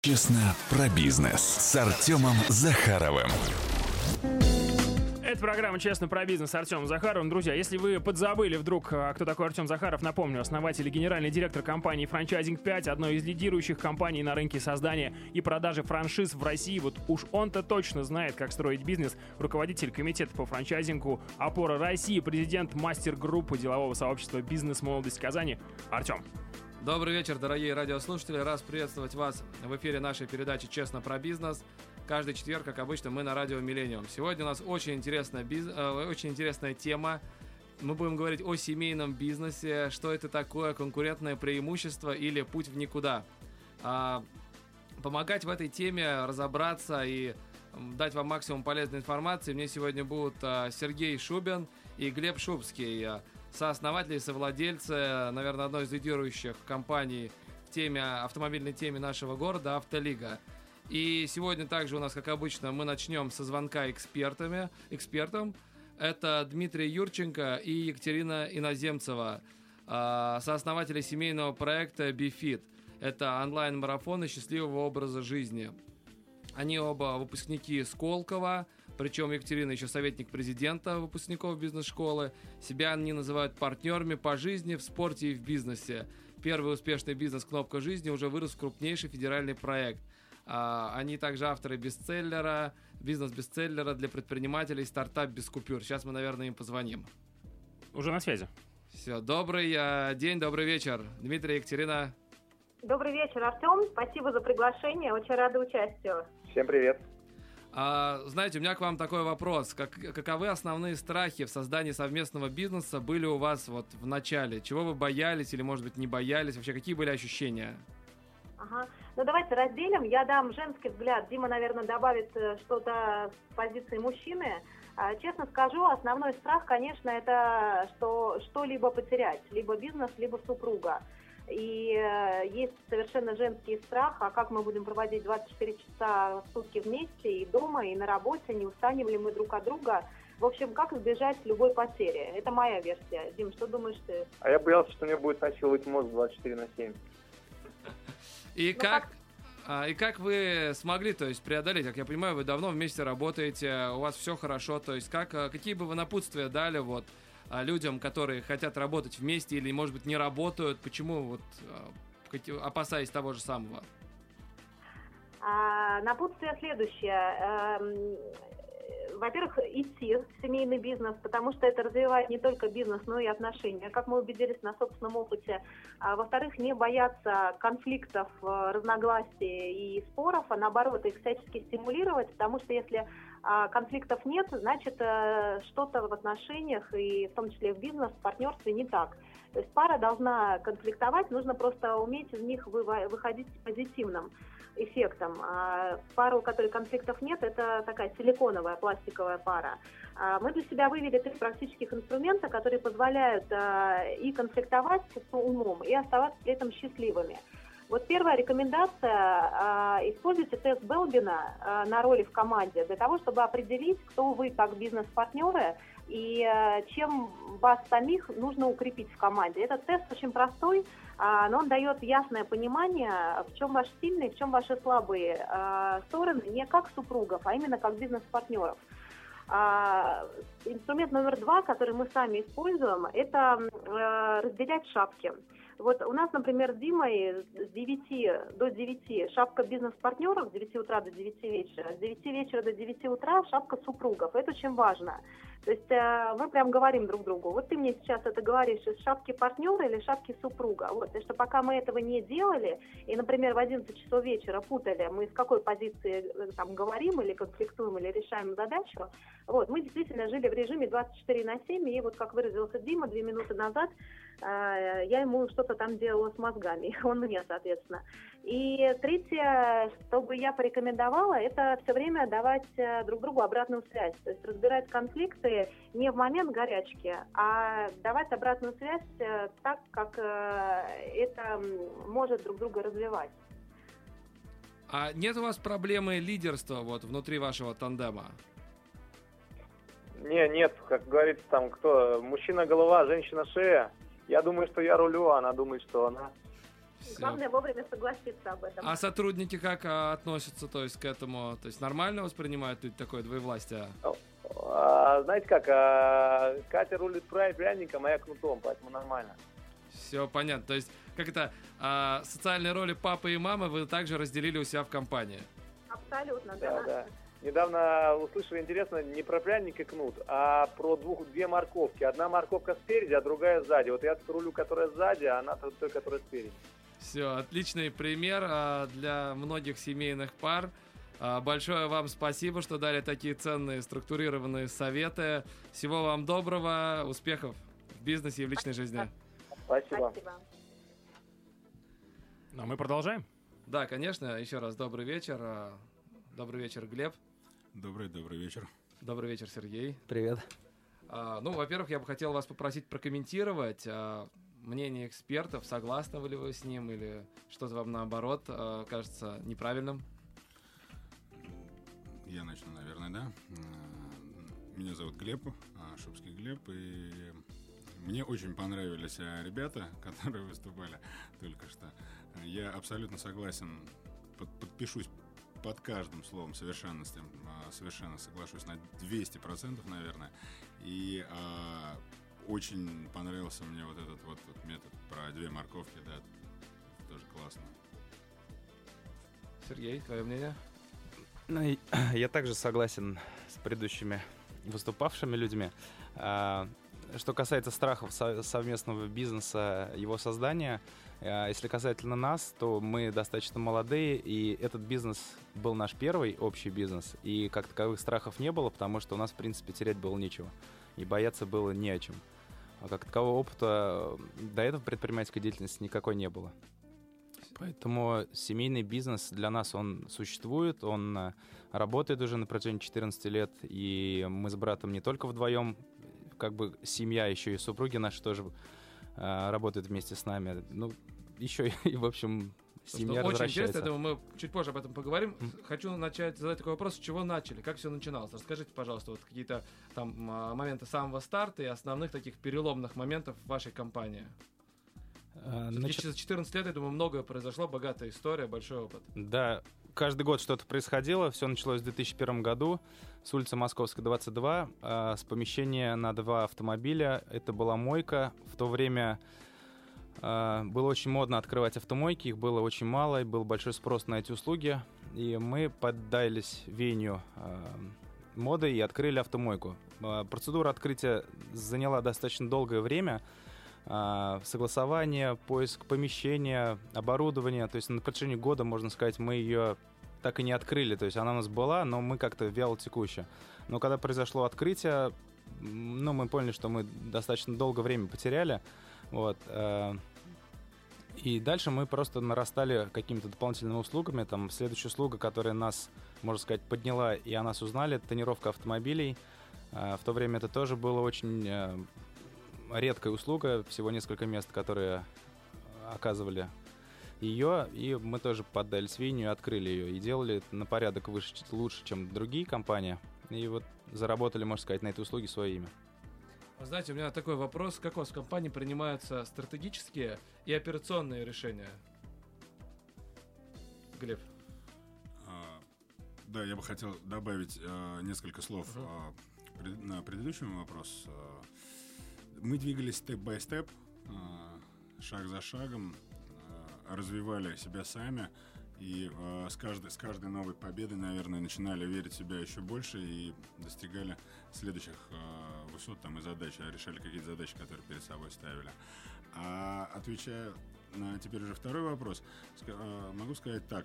Честно про бизнес с Артемом Захаровым. Это программа «Честно про бизнес» с Артемом Захаровым. Друзья, если вы подзабыли вдруг, кто такой Артем Захаров, напомню, основатель и генеральный директор компании «Франчайзинг 5», одной из лидирующих компаний на рынке создания и продажи франшиз в России. Вот уж он-то точно знает, как строить бизнес. Руководитель комитета по франчайзингу «Опора России», президент мастер-группы делового сообщества «Бизнес-молодость Казани». Артем. Добрый вечер, дорогие радиослушатели. Раз приветствовать вас в эфире нашей передачи «Честно про бизнес». Каждый четверг, как обычно, мы на радио «Миллениум». Сегодня у нас очень интересная тема. Мы будем говорить о семейном бизнесе, что это такое, конкурентное преимущество или путь в никуда. Помогать в этой теме разобраться и дать вам максимум полезной информации мне сегодня будут Сергей Шубин и Глеб Шубский, сооснователи и совладельцы, наверное, одной из лидирующих компаний в автомобильной теме нашего города «Автолига». И сегодня также у нас, как обычно, мы начнем со звонка экспертам. Это Дмитрий Юрченко и Екатерина Иноземцева, сооснователи семейного проекта BeFit. Это онлайн-марафоны счастливого образа жизни. Они оба выпускники Сколково, причем Екатерина еще советник президента выпускников бизнес-школы. Себя они называют партнерами по жизни в спорте и в бизнесе. Первый успешный бизнес «Кнопка жизни» уже вырос в крупнейший федеральный проект. Они также авторы бестселлера, бизнес-бестселлера для предпринимателей «Стартап без купюр». Сейчас мы, наверное, им позвоним. Уже на связи. Все, добрый день, добрый вечер. Дмитрий, Екатерина. Добрый вечер, Артем. Спасибо за приглашение. Очень рада участию. Всем привет. Знаете, у меня к вам такой вопрос. Каковы основные страхи в создании совместного бизнеса были у вас вот в начале? Чего вы боялись или, может быть, не боялись? Вообще, какие были ощущения? Ага. Ну, давайте разделим. Я дам женский взгляд. Дима, наверное, добавит что-то с позиции мужчины. Честно скажу, основной страх, конечно, это что-либо потерять. Либо бизнес, либо супруга. И есть совершенно женский страх, а как мы будем проводить 24 часа в сутки вместе и дома, и на работе, не устанем ли мы друг от друга. В общем, как избежать любой потери. Это моя версия. Дим, что думаешь ты? А я боялся, что мне будет насиловать мозг 24/7. И как вы смогли, то есть, преодолеть? Как я понимаю, вы давно вместе работаете, у вас все хорошо, то есть, какие бы вы напутствия дали вот людям, которые хотят работать вместе или, может быть, не работают, почему опасаясь того же самого? Напутствие следующее. Во-первых, идти в семейный бизнес, потому что это развивает не только бизнес, но и отношения, как мы убедились на собственном опыте. Во-вторых, не бояться конфликтов, разногласий и споров, а наоборот их всячески стимулировать, потому что если конфликтов нет, значит что-то в отношениях и в том числе в бизнес, в партнерстве не так. То есть пара должна конфликтовать, нужно просто уметь из них выходить с позитивным эффектом. Пара, у которой конфликтов нет, это такая силиконовая, пластиковая пара. Мы для себя вывели 3 практических инструмента, которые позволяют и конфликтовать с умом, и оставаться при этом счастливыми. Вот первая рекомендация: используйте тест Белбина на роли в команде для того, чтобы определить, кто вы как бизнес-партнеры и чем вас самих нужно укрепить в команде. Этот тест очень простой, но он дает ясное понимание, в чем ваши сильные, в чем ваши слабые стороны, не как супругов, а именно как бизнес-партнеров. Инструмент номер 2, который мы сами используем, это разделять шапки. Вот у нас, например, с Димой с 9 до 9 шапка бизнес-партнеров, с 9 утра до 9 вечера, с 9 вечера до 9 утра шапка супругов. Это очень важно. То есть мы прям говорим друг другу: вот ты мне сейчас это говоришь из шапки партнера или шапки супруга. Вот. И что пока мы этого не делали, и, например, в 11 часов вечера путали, мы с какой позиции там говорим или конфликтуем, или решаем задачу, вот, мы действительно жили в режиме 24/7, и вот как выразился Дима 2 минуты назад, я ему что-то там делала с мозгами, он мне, соответственно. И третье, что бы я порекомендовала, это все время давать друг другу обратную связь, то есть разбирать конфликты не в момент горячки, а давать обратную связь так, как это может друг друга развивать. А нет у вас проблемы лидерства вот внутри вашего тандема? Нет, как говорится, там кто? Мужчина голова, женщина шея. Я думаю, что я рулю, а она думает, что она. Главное вовремя согласиться об этом. А сотрудники как относятся, то есть, к этому? То есть нормально воспринимают тут такое двоевластие? Знаете как, Катя рулит пряником, а я кнутом, поэтому нормально. Все понятно. То есть, как это, социальные роли папы и мамы вы также разделили у себя в компании? Абсолютно, Да, да. да. Недавно услышали, интересно, не про пряник и кнут, а про две морковки. Одна морковка спереди, а другая сзади. Вот я рулю, которая сзади, а она той, которая спереди. Все, отличный пример для многих семейных пар. Большое вам спасибо, что дали такие ценные, структурированные советы. Всего вам доброго, успехов в бизнесе и в личной жизни. Спасибо. Спасибо. Ну, а мы продолжаем. Да, конечно. Еще раз добрый вечер. Добрый вечер, Глеб. Добрый вечер. Добрый вечер, Сергей. Привет. Ну, во-первых, я бы хотел вас попросить прокомментировать мнение экспертов. Согласны ли вы с ним или что-то вам наоборот кажется неправильным? Я начну, наверное, да. Меня зовут Глеб, Шубский Глеб, и мне очень понравились ребята, которые выступали только что. Я абсолютно согласен, подпишусь под каждым словом совершенно соглашусь на 200%, наверное. И очень понравился мне вот этот вот метод про две морковки, да, тоже классно. Сергей, твое мнение? Ну, я также согласен с предыдущими выступавшими людьми. Что касается страхов совместного бизнеса, его создания, если касательно нас, то мы достаточно молодые, и этот бизнес был наш первый общий бизнес, и как таковых страхов не было, потому что у нас, в принципе, терять было нечего, и бояться было не о чем. А как такового опыта до этого предпринимательской деятельности никакой не было. Поэтому семейный бизнес для нас, он существует, он работает уже на протяжении 14 лет, и мы с братом не только вдвоем, как бы семья, еще и супруги наши тоже работают вместе с нами. Ну, еще и, в общем, семья очень возвращается. интересно, я думаю, мы чуть позже об этом поговорим. Хочу задать такой вопрос, с чего начали, как все начиналось. Расскажите, пожалуйста, вот какие-то там моменты самого старта и основных таких переломных моментов в вашей компании. За 14 лет, я думаю, многое произошло, богатая история, большой опыт. Да, каждый год что-то происходило. Все началось в 2001 году с улицы Московской, 22, с помещения на 2 автомобиля. Это была мойка. В то время было очень модно открывать автомойки, их было очень мало, и был большой спрос на эти услуги. И мы поддались веянию моды и открыли автомойку. Процедура открытия заняла достаточно долгое время. Согласование, поиск помещения, оборудования. То есть на протяжении года, можно сказать, мы ее так и не открыли. То есть она у нас была, но мы как-то вяло текущая. Но когда произошло открытие, ну, мы поняли, что мы достаточно долгое время потеряли. Вот. И дальше мы просто нарастали какими-то дополнительными услугами. Там следующая услуга, которая нас, можно сказать, подняла, и о нас узнали, это тонировка автомобилей. В то время это тоже было очень редкая услуга, всего несколько мест, которые оказывали ее, и мы тоже поддались веянию и открыли ее, и делали это на порядок выше, лучше, чем другие компании, и вот заработали, можно сказать, на этой услуге свое имя. Вы знаете, у меня такой вопрос, как у вас в компании принимаются стратегические и операционные решения? Глеб. Да, я бы хотел добавить несколько слов на предыдущий вопрос. Мы двигались степ-бай-степ, шаг за шагом, развивали себя сами, и с каждой новой победой, наверное, начинали верить в себя еще больше и достигали следующих высот там, и задач, решали какие-то задачи, которые перед собой ставили. А отвечая на теперь уже второй вопрос, могу сказать так.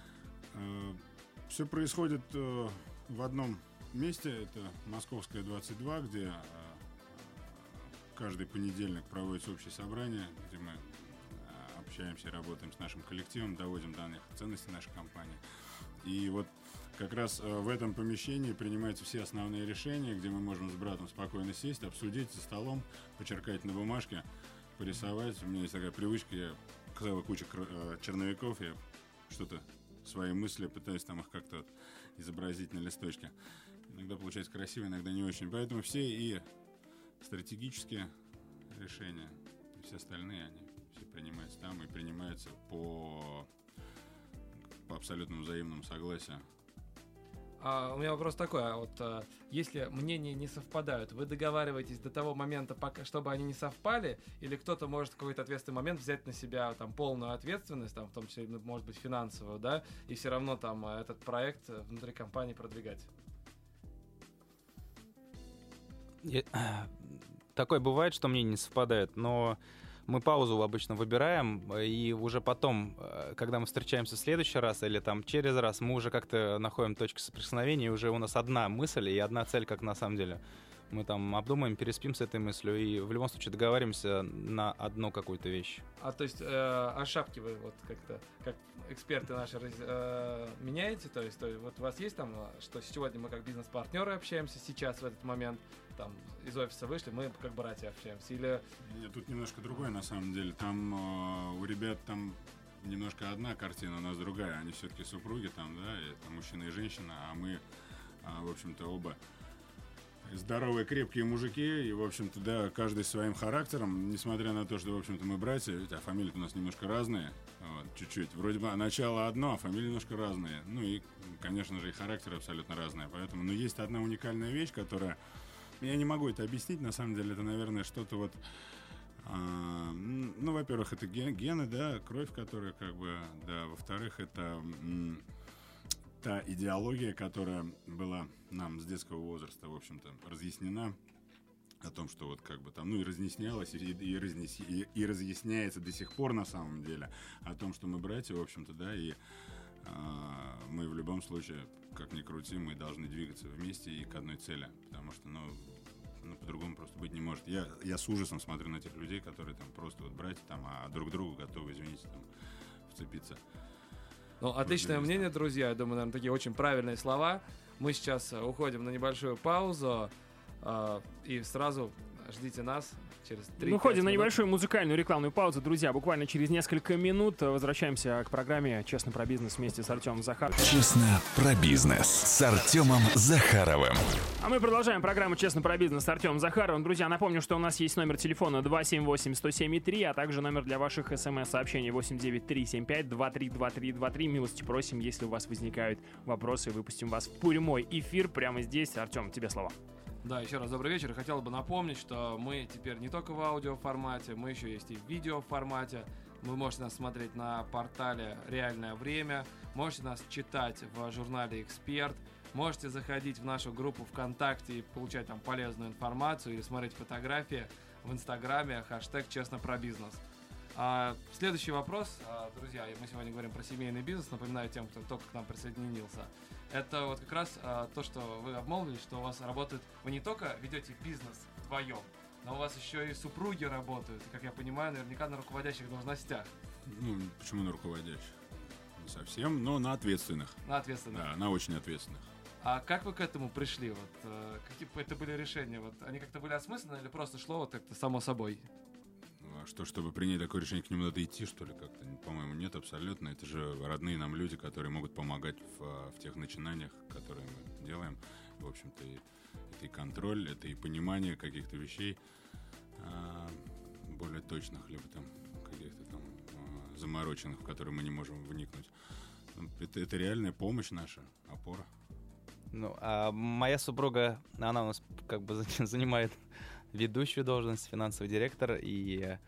Все происходит в одном месте, это Московская, 22, где каждый понедельник проводится общее собрание, где мы общаемся, работаем с нашим коллективом, доводим до них ценности нашей компании. И вот как раз в этом помещении принимаются все основные решения, где мы можем с братом спокойно сесть, обсудить за столом, почеркать на бумажке, порисовать. У меня есть такая привычка, я целая куча черновиков, я что-то, свои мысли пытаюсь там их как-то изобразить на листочке. Иногда получается красиво, иногда не очень. Поэтому все и стратегические решения, и все остальные, они все принимается там и принимается по абсолютному взаимному согласию. У меня вопрос такой, если мнения не совпадают, вы договариваетесь до того момента, чтобы они не совпали, или кто-то может в какой-то ответственный момент взять на себя там полную ответственность, там, в том числе, может быть, финансовую, да, и все равно там этот проект внутри компании продвигать? Такое бывает, что мнения не совпадают, но мы паузу обычно выбираем, и уже потом, когда мы встречаемся в следующий раз или там через раз, мы уже как-то находим точку соприкосновения, и уже у нас одна мысль и одна цель, как на самом деле. Мы там обдумаем, переспим с этой мыслью и в любом случае договариваемся на одну какую-то вещь. То есть шапки вы вот как-то, как эксперты наши, меняете? То есть вот у вас есть там, что сегодня мы как бизнес-партнеры общаемся, сейчас в этот момент, там, из офиса вышли, мы как братья общаемся, или... Нет, тут немножко другое, на самом деле. Там у ребят там немножко одна картина, у нас другая. Они все-таки супруги там, да, это мужчина и женщина, а мы, в общем-то, оба здоровые, крепкие мужики, и, в общем-то, да, каждый своим характером, несмотря на то, что, в общем-то, мы братья, ведь, а фамилии у нас немножко разные, вот, чуть-чуть. Вроде бы начало одно, а фамилии немножко разные. Ну и, конечно же, и характеры абсолютно разные. Поэтому, но есть одна уникальная вещь, которая... Я не могу это объяснить, на самом деле, это, наверное, что-то вот... ну, во-первых, это гены, да, кровь, которая как бы... Да, во-вторых, это... та идеология, которая была нам с детского возраста, в общем-то, разъяснена о том, что вот как бы там, ну и разъяснялось, и разъясняется до сих пор на самом деле о том, что мы братья, в общем-то, да, и мы в любом случае, как ни крути, мы должны двигаться вместе и к одной цели, потому что, ну по-другому просто быть не может. Я с ужасом смотрю на тех людей, которые там просто вот братья там, а друг другу готовы, извините, там, вцепиться. Ну, отличное мнение, друзья. Я думаю, наверное, такие очень правильные слова. Мы сейчас уходим на небольшую паузу. И сразу ждите нас через 3 минут. Уходим на небольшую музыкальную рекламную паузу. Друзья, буквально через несколько минут возвращаемся к программе «Честно про бизнес» вместе с Артемом Захаровым. «Честно про бизнес» с Артемом Захаровым. А мы продолжаем программу «Честно про бизнес» с Артемом Захаровым. Друзья, напомню, что у нас есть номер телефона 278-107-3, а также номер для ваших смс-сообщений 89375-232323. Милости просим, если у вас возникают вопросы, выпустим вас в прямой эфир прямо здесь. Артем, тебе слово. Да, еще раз добрый вечер. Хотел бы напомнить, что мы теперь не только в аудиоформате, мы еще есть и в видеоформате. Вы можете нас смотреть на портале «Реальное время», можете нас читать в журнале «Эксперт», можете заходить в нашу группу ВКонтакте и получать там полезную информацию или смотреть фотографии в Инстаграме, хэштег «Честно про бизнес». Следующий вопрос, друзья, мы сегодня говорим про семейный бизнес, напоминаю тем, кто только к нам присоединился. Это вот как раз то, что вы обмолвились, что у вас работает, вы не только ведете бизнес вдвоем, но у вас еще и супруги работают, как я понимаю, наверняка на руководящих должностях. Ну, почему на руководящих? Не совсем, но на ответственных. На ответственных. Да, на очень ответственных. А как вы к этому пришли? Вот, какие это были решения? Вот, они как-то были осмысленны или просто шло вот как-то само собой? Что, чтобы принять такое решение, к нему надо идти, что ли, как-то? По-моему, нет, абсолютно. Это же родные нам люди, которые могут помогать в тех начинаниях, которые мы делаем. В общем-то, это и контроль, это и понимание каких-то вещей более точных, либо там каких-то там замороченных, в которые мы не можем вникнуть. Это реальная помощь наша, опора. Ну, а моя супруга, она у нас как бы занимает ведущую должность, финансовый директор, и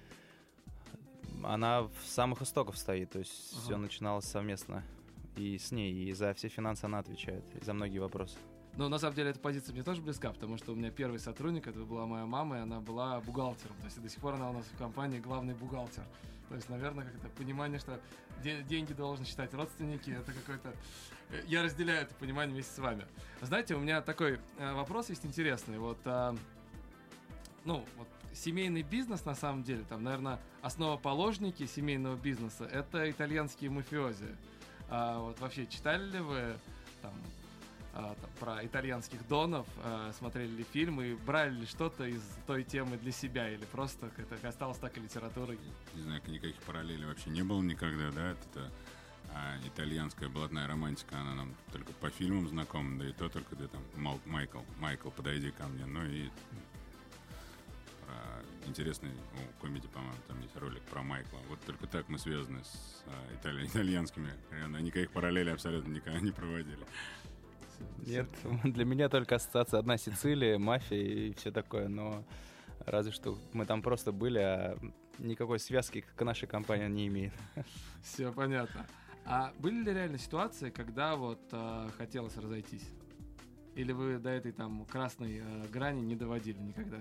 она в самых истоках стоит, то есть все начиналось совместно и с ней, и за все финансы она отвечает, и за многие вопросы. Ну, на самом деле, эта позиция мне тоже близка, потому что у меня первый сотрудник, это была моя мама, и она была бухгалтером, то есть до сих пор она у нас в компании главный бухгалтер. То есть, наверное, как-то понимание, что деньги должны считать родственники, это какой-то... Я разделяю это понимание вместе с вами. Знаете, у меня такой вопрос есть интересный, вот... Ну, вот семейный бизнес, на самом деле, там, наверное, основоположники семейного бизнеса — это итальянские мафиози. Вот вообще читали ли вы там про итальянских донов, смотрели ли фильмы, брали ли что-то из той темы для себя, или просто это осталось так и литературой? Не знаю, никаких параллелей вообще не было никогда, да, это итальянская блатная романтика, она нам только по фильмам знакома, да и то только, да, там, Майкл, подойди ко мне, ну и... интересный, у комедии, по-моему, там есть ролик про Майкла. Вот только так мы связаны с итальянскими. Никаких параллелей абсолютно никогда не проводили. Нет, для меня только ассоциация одна — Сицилия, мафия и все такое, но разве что мы там просто были, а никакой связки к нашей компании не имеет. Все понятно. А были ли реально ситуации, когда вот хотелось разойтись? Или вы до этой там красной грани не доводили никогда?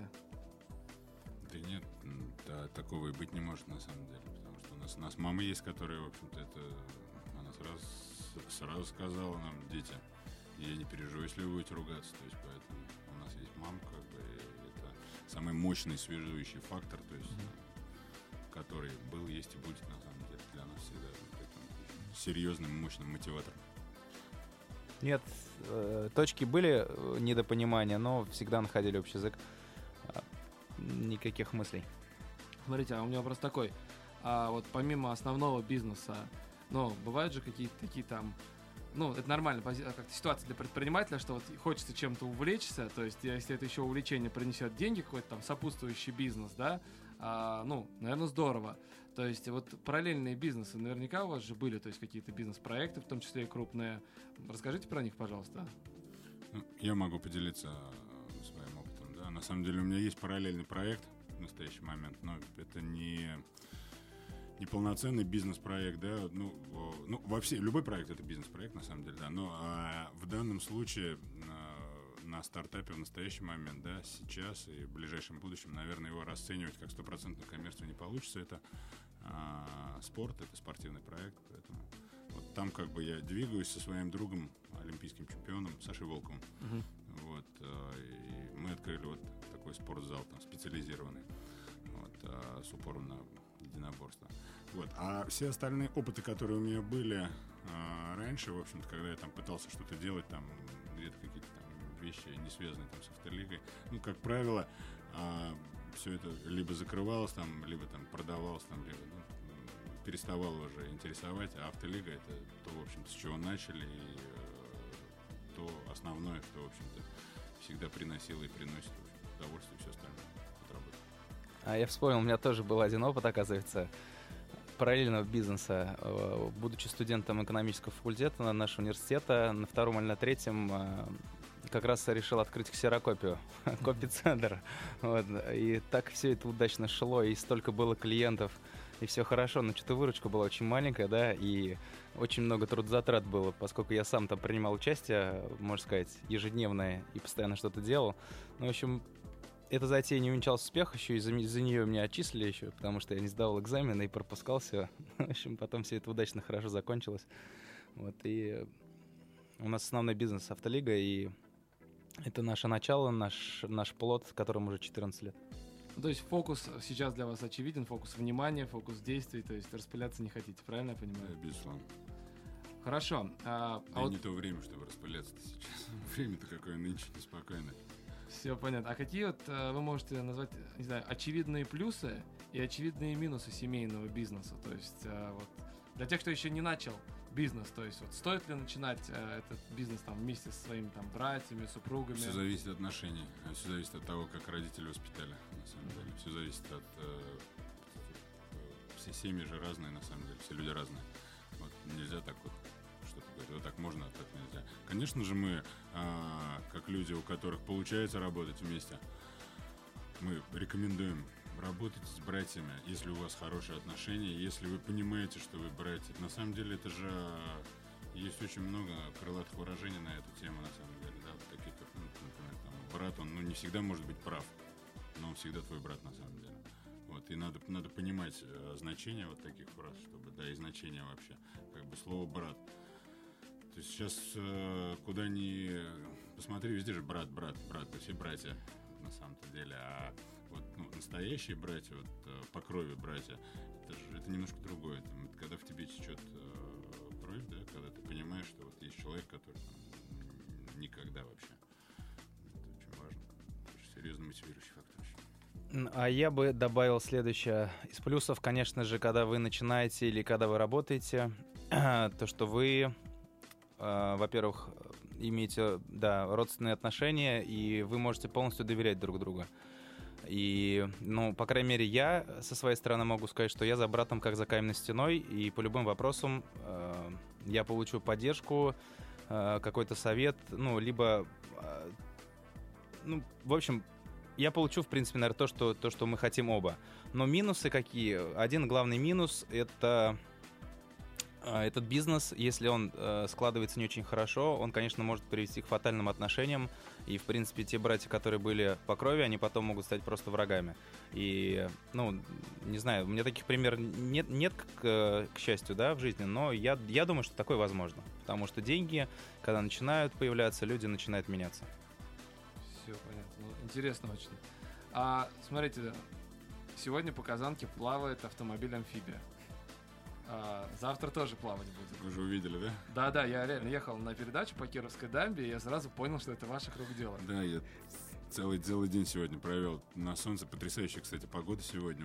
Да нет, такого и быть не может на самом деле, потому что у нас мама есть, которая, в общем-то, она сразу сказала нам: дети, я не переживу, если вы будете ругаться, то есть поэтому у нас есть мама, как бы, и это самый мощный связующий фактор, то есть который был, есть и будет на самом деле для нас всегда таким серьезным, мощным мотиватором. Нет, точки были недопонимания, но всегда находили общий язык. Никаких мыслей. Смотрите, а у меня вопрос такой. А вот помимо основного бизнеса, бывают же какие-то такие там... это нормально, как-то ситуация для предпринимателя, что вот хочется чем-то увлечься, то есть если это еще увлечение принесет деньги, какой-то там сопутствующий бизнес, да, наверное, здорово. То есть вот параллельные бизнесы наверняка у вас же были, то есть какие-то бизнес-проекты, в том числе и крупные. Расскажите про них, пожалуйста. Я могу поделиться своим опытом, да. На самом деле у меня есть параллельный проект в настоящий момент, но это не полноценный бизнес-проект, да. Любой проект — это бизнес-проект, на самом деле, да. Но в данном случае на стартапе в настоящий момент, да, сейчас и в ближайшем будущем, наверное, его расценивать как 100% коммерцию не получится. Это спорт, это спортивный проект, поэтому вот там как бы я двигаюсь со своим другом, олимпийским чемпионом Сашей Волковым. Вот, и мы открыли вот такой спортзал там специализированный, вот, с упором на единоборство. Вот. А все остальные опыты, которые у меня были раньше, в общем-то, когда я там пытался что-то делать, там где-то какие-то там вещи, не связанные там с автолигой, как правило, все это либо закрывалось там, либо там продавалось там, либо переставало уже интересовать, а автолига — это то, в общем-то, с чего начали, и то основное, что, в общем-то, всегда приносило и приносит удовольствие и все остальное от работы. А я вспомнил, у меня тоже был один опыт, оказывается, параллельного бизнеса. Будучи студентом экономического факультета нашего университета, на втором или на третьем как раз решил открыть ксерокопию, копицентр. Вот. И так все это удачно шло, и столько было клиентов, и все хорошо, но что-то выручка была очень маленькая, да, и очень много трудозатрат было, поскольку я сам там принимал участие, можно сказать, ежедневное, и постоянно что-то делал. Ну, в общем, эта затея не увенчалась успехом, еще из-за нее меня отчислили еще, потому что я не сдавал экзамены и пропускал все. В общем, потом все это удачно, хорошо закончилось. Вот, и у нас основной бизнес — автолига, и это наше начало, наш плод, которому уже 14 лет. То есть фокус сейчас для вас очевиден, фокус внимания, фокус действий, то есть распыляться не хотите, правильно я понимаю? Да, безусловно. Хорошо. Не то время, чтобы распыляться-то сейчас. Время-то какое нынче неспокойное. Все понятно. А какие вот вы можете назвать, не знаю, очевидные плюсы и очевидные минусы семейного бизнеса? То есть вот для тех, кто еще не начал бизнес, то есть вот стоит ли начинать этот бизнес там вместе со своими там братьями, супругами? Все зависит от отношений, все зависит от того, как родители воспитали, на самом деле. Все зависит от... все семьи же разные, на самом деле, все люди разные. Вот нельзя так вот что-то говорить, вот так можно, а так нельзя. Конечно же, мы, как люди, у которых получается работать вместе, мы рекомендуем работать с братьями, если у вас хорошие отношения, если вы понимаете, что вы братья. На самом деле, это же есть очень много крылатых выражений на эту тему, на самом деле, да, вот таких, как, например, там, брат, он не всегда может быть прав, но он всегда твой брат, на самом деле. Вот, и надо понимать значение вот таких фраз, чтобы, да, и значение вообще, как бы слово брат. То есть сейчас куда ни посмотри, везде же брат, все братья на самом-то деле, а вот настоящие братья, вот по крови братья, это немножко другое. Это когда в тебе течет кровь, да, когда ты понимаешь, что вот есть человек, который там, никогда вообще. Это очень важно. Это серьезный мотивирующий фактор. А я бы добавил следующее. Из плюсов, конечно же, когда вы начинаете или когда вы работаете, то, что вы, во-первых, имеете, да, родственные отношения, и вы можете полностью доверять друг другу. И, ну, по крайней мере, я со своей стороны могу сказать, что я за братом как за каменной стеной, и по любым вопросам я получу поддержку, какой-то совет, ну, либо, ну, в общем, я получу, в принципе, наверное, то, что мы хотим оба. Но минусы какие? Один главный минус — это этот бизнес, если он складывается не очень хорошо, он, конечно, может привести к фатальным отношениям. И, в принципе, те братья, которые были по крови, они потом могут стать просто врагами. И, ну, не знаю, у меня таких примеров нет к счастью, да, в жизни, но я думаю, что такое возможно. Потому что деньги, когда начинают появляться, люди начинают меняться. Все понятно. Ну, интересно очень. Смотрите, сегодня по Казанке плавает автомобиль-амфибия. Завтра тоже плавать будет. Вы уже увидели, да? Да, я реально ехал на передачу по Кировской дамбе, и я сразу понял, что это ваших рук дело. Да, я целый день сегодня провел на солнце. Потрясающая, кстати, погода сегодня.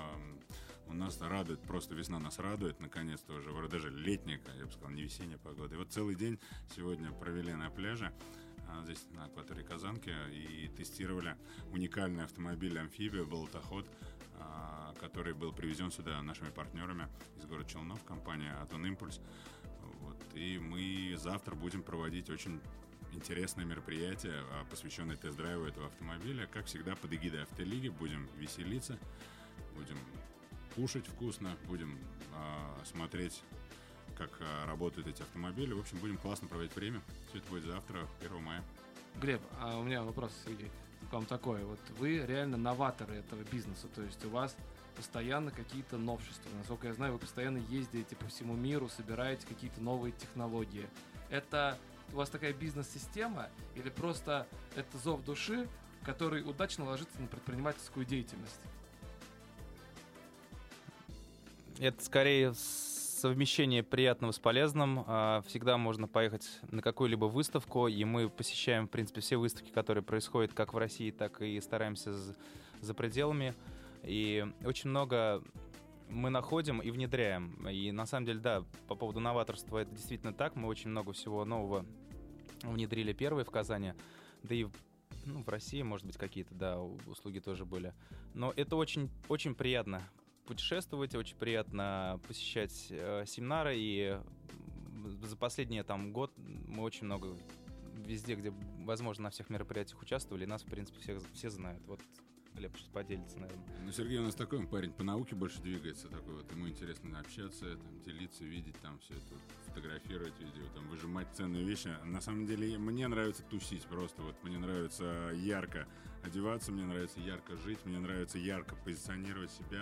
У нас радует, просто весна нас радует, наконец-то уже, даже летняя, я бы сказал, не весенняя погода. И вот целый день сегодня провели на пляже, здесь на акватории Казанки, и тестировали уникальный автомобиль-амфибия «Болотоход», который был привезен сюда нашими партнерами из города Челнов, компания «Атон Импульс». Вот. И мы завтра будем проводить очень интересное мероприятие, посвященное тест-драйву этого автомобиля. Как всегда, под эгидой Автолиги будем веселиться, будем кушать вкусно, будем смотреть, как работают эти автомобили. В общем, будем классно проводить время. Все это будет завтра, 1 мая. Глеб, у меня вопрос, Сергей, к вам такой. Вот вы реально новаторы этого бизнеса, то есть у вас постоянно какие-то новшества. Насколько я знаю, вы постоянно ездите по всему миру, собираете какие-то новые технологии. Это у вас такая бизнес-система или просто это зов души, который удачно ложится на предпринимательскую деятельность? Это скорее совмещение приятного с полезным. Всегда можно поехать на какую-либо выставку, и мы посещаем, в принципе, все выставки, которые происходят как в России, так и стараемся за пределами. И очень много мы находим и внедряем. И на самом деле, да, по поводу новаторства это действительно так. Мы очень много всего нового внедрили первые в Казани. Да и в России, может быть, какие-то, да, услуги тоже были. Но это очень, очень приятно путешествовать, очень приятно посещать семинары. И за последний год мы очень много везде, где, возможно, на всех мероприятиях участвовали. И нас, в принципе, все знают. Вот Глеб сейчас поделится, наверное. Ну, Сергей у нас такой, парень по науке больше двигается, такой вот, ему интересно общаться, там, делиться, видеть, там, все это, фотографировать видео, там, выжимать ценные вещи. На самом деле, мне нравится тусить просто, вот, мне нравится ярко одеваться, мне нравится ярко жить, мне нравится ярко позиционировать себя,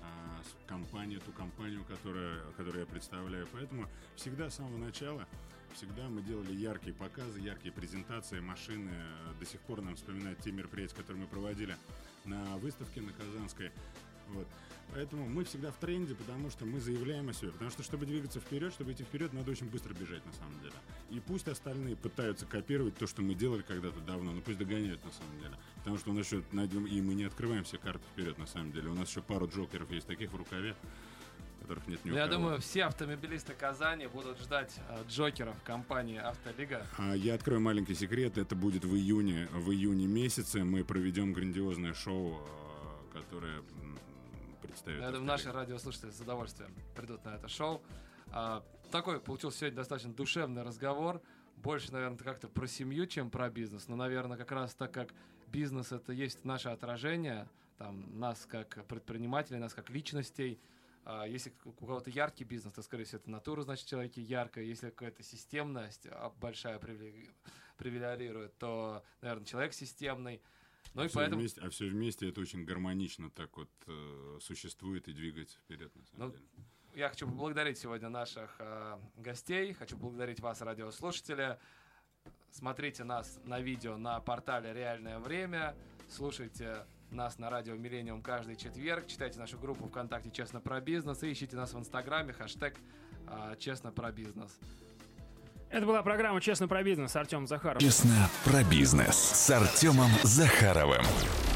ту компанию, которую я представляю. Поэтому всегда с самого начала всегда мы делали яркие показы, яркие презентации, машины. До сих пор нам вспоминают те мероприятия, которые мы проводили на выставке на Казанской. Вот. Поэтому мы всегда в тренде, потому что мы заявляем о себе. Потому что, чтобы двигаться вперед, чтобы идти вперед, надо очень быстро бежать, на самом деле. И пусть остальные пытаются копировать то, что мы делали когда-то давно, но пусть догоняют, на самом деле. Потому что у нас еще, и мы не открываем все карты вперед, на самом деле. У нас еще пару джокеров есть таких в рукаве, которых нет ни у кого. Я думаю, все автомобилисты Казани будут ждать джокеров компании «Автолига». Я открою маленький секрет. Это будет в июне месяце. Мы проведем грандиозное шоу, которое представит. Я думаю, наши радиослушатели с удовольствием придут на это шоу. Такой получился сегодня достаточно душевный разговор. Больше, наверное, как-то про семью, чем про бизнес. Но, наверное, как раз так как бизнес — это есть наше отражение, там, нас как предпринимателей, нас как личностей. Если у кого-то яркий бизнес, то, скорее всего, это натура, значит, в человеке яркая. Если какая-то системность большая превалирует, то, наверное, человек системный. Ну, и поэтому... все вместе это очень гармонично так вот существует и двигается вперед, на самом деле. Я хочу поблагодарить сегодня наших гостей, хочу поблагодарить вас, радиослушатели. Смотрите нас на видео на портале «Реальное время», слушайте нас на радио «Миллениум» каждый четверг, читайте нашу группу ВКонтакте «Честно про бизнес» и ищите нас в Инстаграме, хэштег «Честно про бизнес». Это была программа «Честно про бизнес» с Артемом Захаровым. «Честно про бизнес» с Артемом Захаровым.